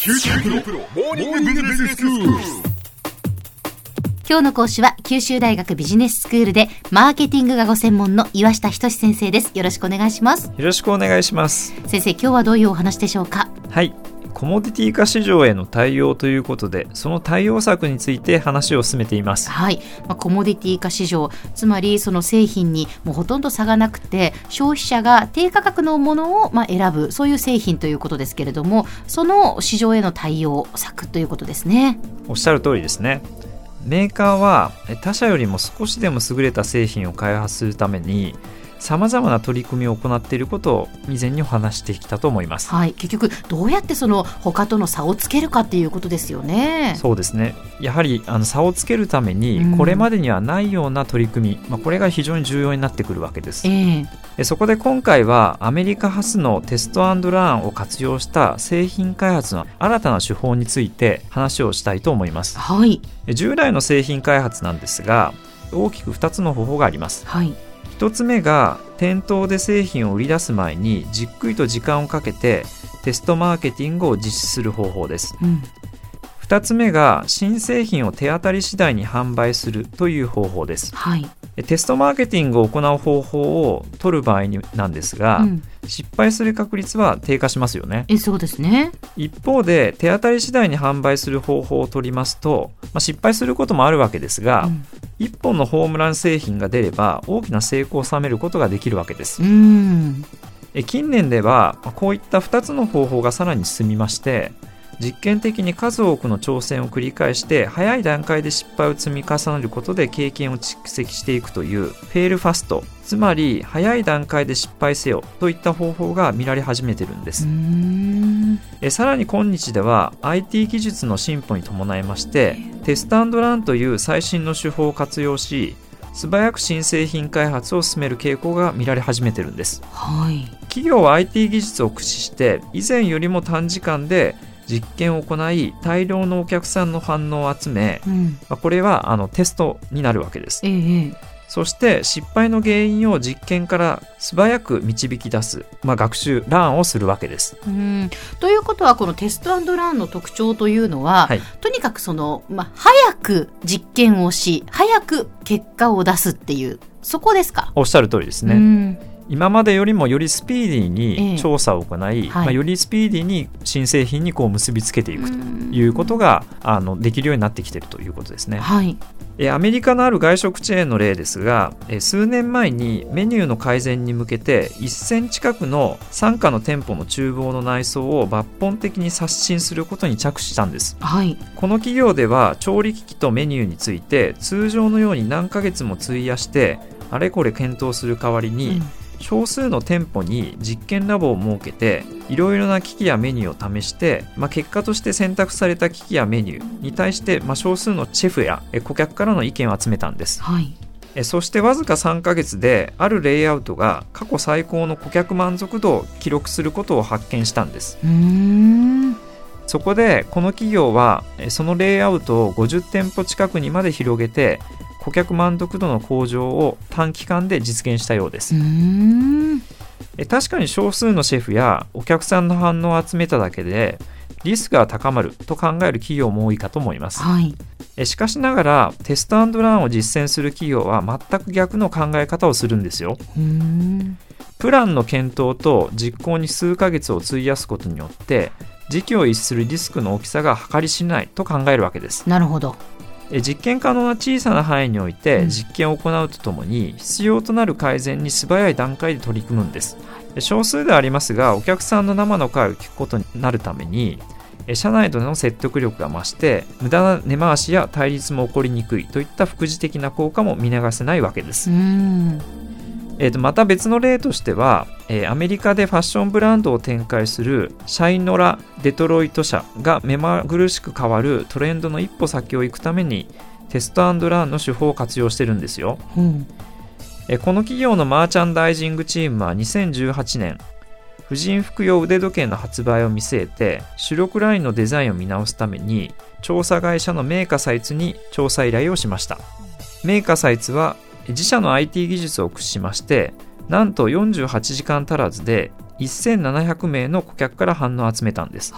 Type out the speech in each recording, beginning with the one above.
今日の講師は九州大学ビジネススクールでマーケティングがご専門の岩下仁先生です。よろしくお願いします。 よろしくお願いします。 先生、今日はどういうお話でしょうか？ はい、コモディティ化市場への対応ということで、その対応策について話を進めています。 はい、コモディティ化市場、つまりその製品にもうほとんど差がなくて消費者が低価格のものを選ぶ、そういう製品ということですけれども、その市場への対応策ということですね。 おっしゃる通りですね。メーカーは他社よりも少しでも優れた製品を開発するために様々な取り組みを行っていることを以前にお話してきたと思います。 はい、結局どうやってその他との差をつけるかっていうことですよね。 そうですね。やはり差をつけるためにこれまでにはないような取り組み、これが非常に重要になってくるわけです。そこで今回はアメリカ発のテスト&ラーンを活用した製品開発の新たな手法について話をしたいと思います。 はい、 従来の製品開発なんですが、大きく2つの方法があります。 はい、 1つ目が店頭で製品を売り出す前にじっくりと時間をかけてテストマーケティングを実施する方法です。2つ目が新製品を手当たり次第に販売するという方法です。 はい、 テストマーケティングを行う方法を取る場合なんですが、失敗する確率は低下しますよね。 そうですね。 一方で手当たり次第に販売する方法を取りますと、失敗することもあるわけですが、一本のホームラン製品が出れば大きな成功を収めることができるわけです。近年ではこういった2つの方法がさらに進みまして、実験的に数多くの挑戦を繰り返して早い段階で失敗を積み重ねることで経験を蓄積していくというフェールファスト、つまり早い段階で失敗せよといった方法が見られ始めているんです。さらに今日では IT 技術の進歩に伴いましてテスト&ランという最新の手法を活用し、素早く新製品開発を進める傾向が見られ始めているんです。 はい、 企業は IT 技術を駆使して以前よりも短時間で実験を行い大量のお客さんの反応を集め、これはテストになるわけです。そして失敗の原因を実験から素早く導き出す、学習ランをするわけです。 ということはこのテスト&ランの特徴というのは、とにかくその、早く実験をし早く結果を出すっていう、そこですか？ おっしゃる通りですね。今までよりもよりスピーディーに調査を行い、よりスピーディーに新製品に結びつけていくということができるようになってきているということですね。アメリカのある外食チェーンの例ですが、数年前にメニューの改善に向けて1000近くの傘下の店舗の厨房の内装を抜本的に刷新することに着手したんです。この企業では調理機器とメニューについて通常のように何ヶ月も費やしてあれこれ検討する代わりに、少数の店舗に実験ラボを設けていろいろな機器やメニューを試して、結果として選択された機器やメニューに対して、少数のシェフや顧客からの意見を集めたんです。そしてわずか3ヶ月であるレイアウトが過去最高の顧客満足度を記録することを発見したんです。そこでこの企業はそのレイアウトを50店舗近くにまで広げて顧客満足度の向上を短期間で実現したようです。確かに少数のシェフやお客さんの反応を集めただけでリスクが高まると考える企業も多いかと思います。しかしながらテスト&ランを実践する企業は全く逆の考え方をするんですよ。プランの検討と実行に数ヶ月を費やすことによって時期を逸するリスクの大きさが計り知れないと考えるわけです。 なるほど。 実験可能な小さな範囲において実験を行うとともに必要となる改善に素早い段階で取り組むんです。少数ではありますがお客さんの生の声を聞くことになるために社内での説得力が増して無駄な根回しや対立も起こりにくいといった副次的な効果も見逃せないわけです。また別の例としては、アメリカでファッションブランドを展開するシャイノラ・デトロイト社が目まぐるしく変わるトレンドの一歩先を行くためにテスト&ランの手法を活用してるんですよ。この企業のマーチャンダイジングチームは2018年婦人服用腕時計の発売を見据えて主力ラインのデザインを見直すために調査会社のメーカサイツに調査依頼をしました。メーカサイツは自社の IT 技術を駆使しましてなんと48時間足らずで1700名の顧客から反応を集めたんです。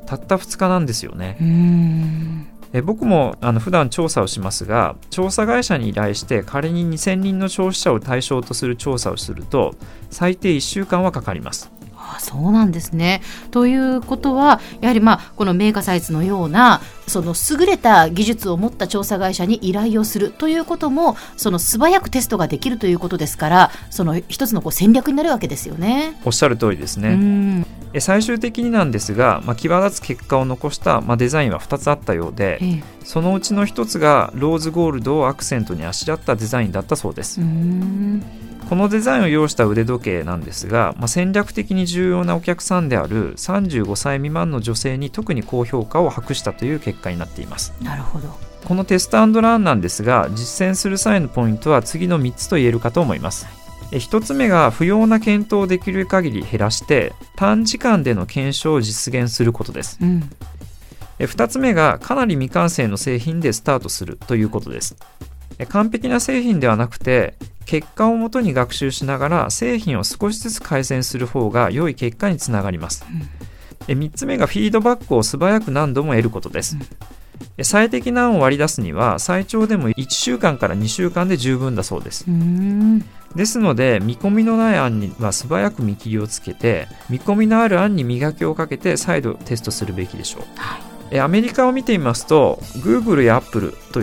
たった2日なんですよね。僕も普段調査をしますが、調査会社に依頼して仮に2000人の消費者を対象とする調査をすると最低1週間はかかります。 そうなんですね。ということはやはりこのメーカーサイズのようなその優れた技術を持った調査会社に依頼をするということもその素早くテストができるということですから、その一つの戦略になるわけですよね。 おっしゃる通りですね。最終的になんですが、際立つ結果を残した、デザインは2つあったようで、そのうちの1つがローズゴールドをアクセントにあしらったデザインだったそうです。このデザインを要した腕時計なんですが、戦略的に重要なお客さんである35歳未満の女性に特に高評価を博したという結果になっています。 なるほど。 このテスト&ランなんですが、実践する際のポイントは次の3つと言えるかと思います。1つ目が不要な検討をできる限り減らして短時間での検証を実現することです。2つ目がかなり未完成の製品でスタートするということです。完璧な製品ではなくて結果をもとに学習しながら製品を少しずつ改善する方が良い結果につながります。3つ目がフィードバックを素早く何度も得ることです。最適な案を割り出すには最長でも1週間から2週間で十分だそうです。ですので見込みのない案には素早く見切りをつけて、見込みのある案に磨きをかけて再度テストするべきでしょう。アメリカを見てみますと Google や Apple といった、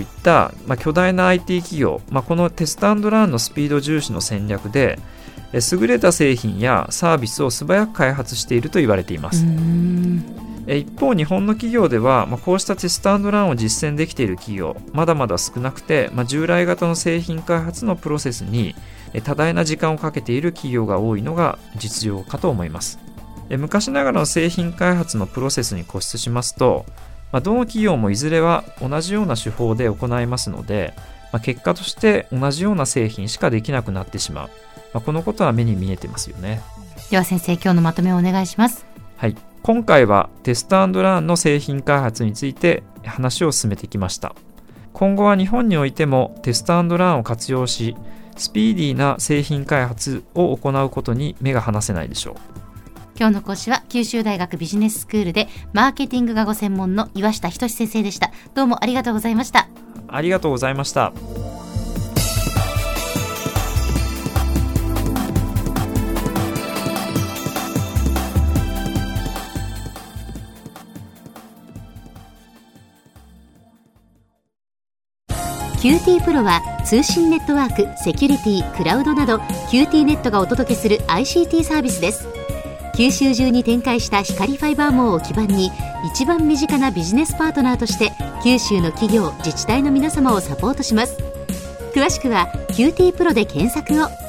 巨大な IT 企業、このテスト&ランのスピード重視の戦略で優れた製品やサービスを素早く開発していると言われています。一方日本の企業では、こうしたテスト&ランを実践できている企業まだまだ少なくて、従来型の製品開発のプロセスに多大な時間をかけている企業が多いのが実情かと思います。昔ながらの製品開発のプロセスに固執しますと、どの企業もいずれは同じような手法で行いますので、結果として同じような製品しかできなくなってしまう、このことは目に見えてますよね。 では先生、今日のまとめをお願いします。 はい、今回はテスト&ランの製品開発について話を進めてきました。今後は日本においてもテスト&ランを活用しスピーディーな製品開発を行うことに目が離せないでしょう。 今日の講師は九州大学ビジネススクールでマーケティングがご専門の岩下仁先生でした。どうもありがとうございました。 ありがとうございました。 QT プロは通信ネットワーク、セキュリティ、クラウドなど QT ネットがお届けする ICT サービスです。九州中に展開した光ファイバー網を基盤に一番身近なビジネスパートナーとして九州の企業、自治体の皆様をサポートします。詳しくは QT プロで検索を。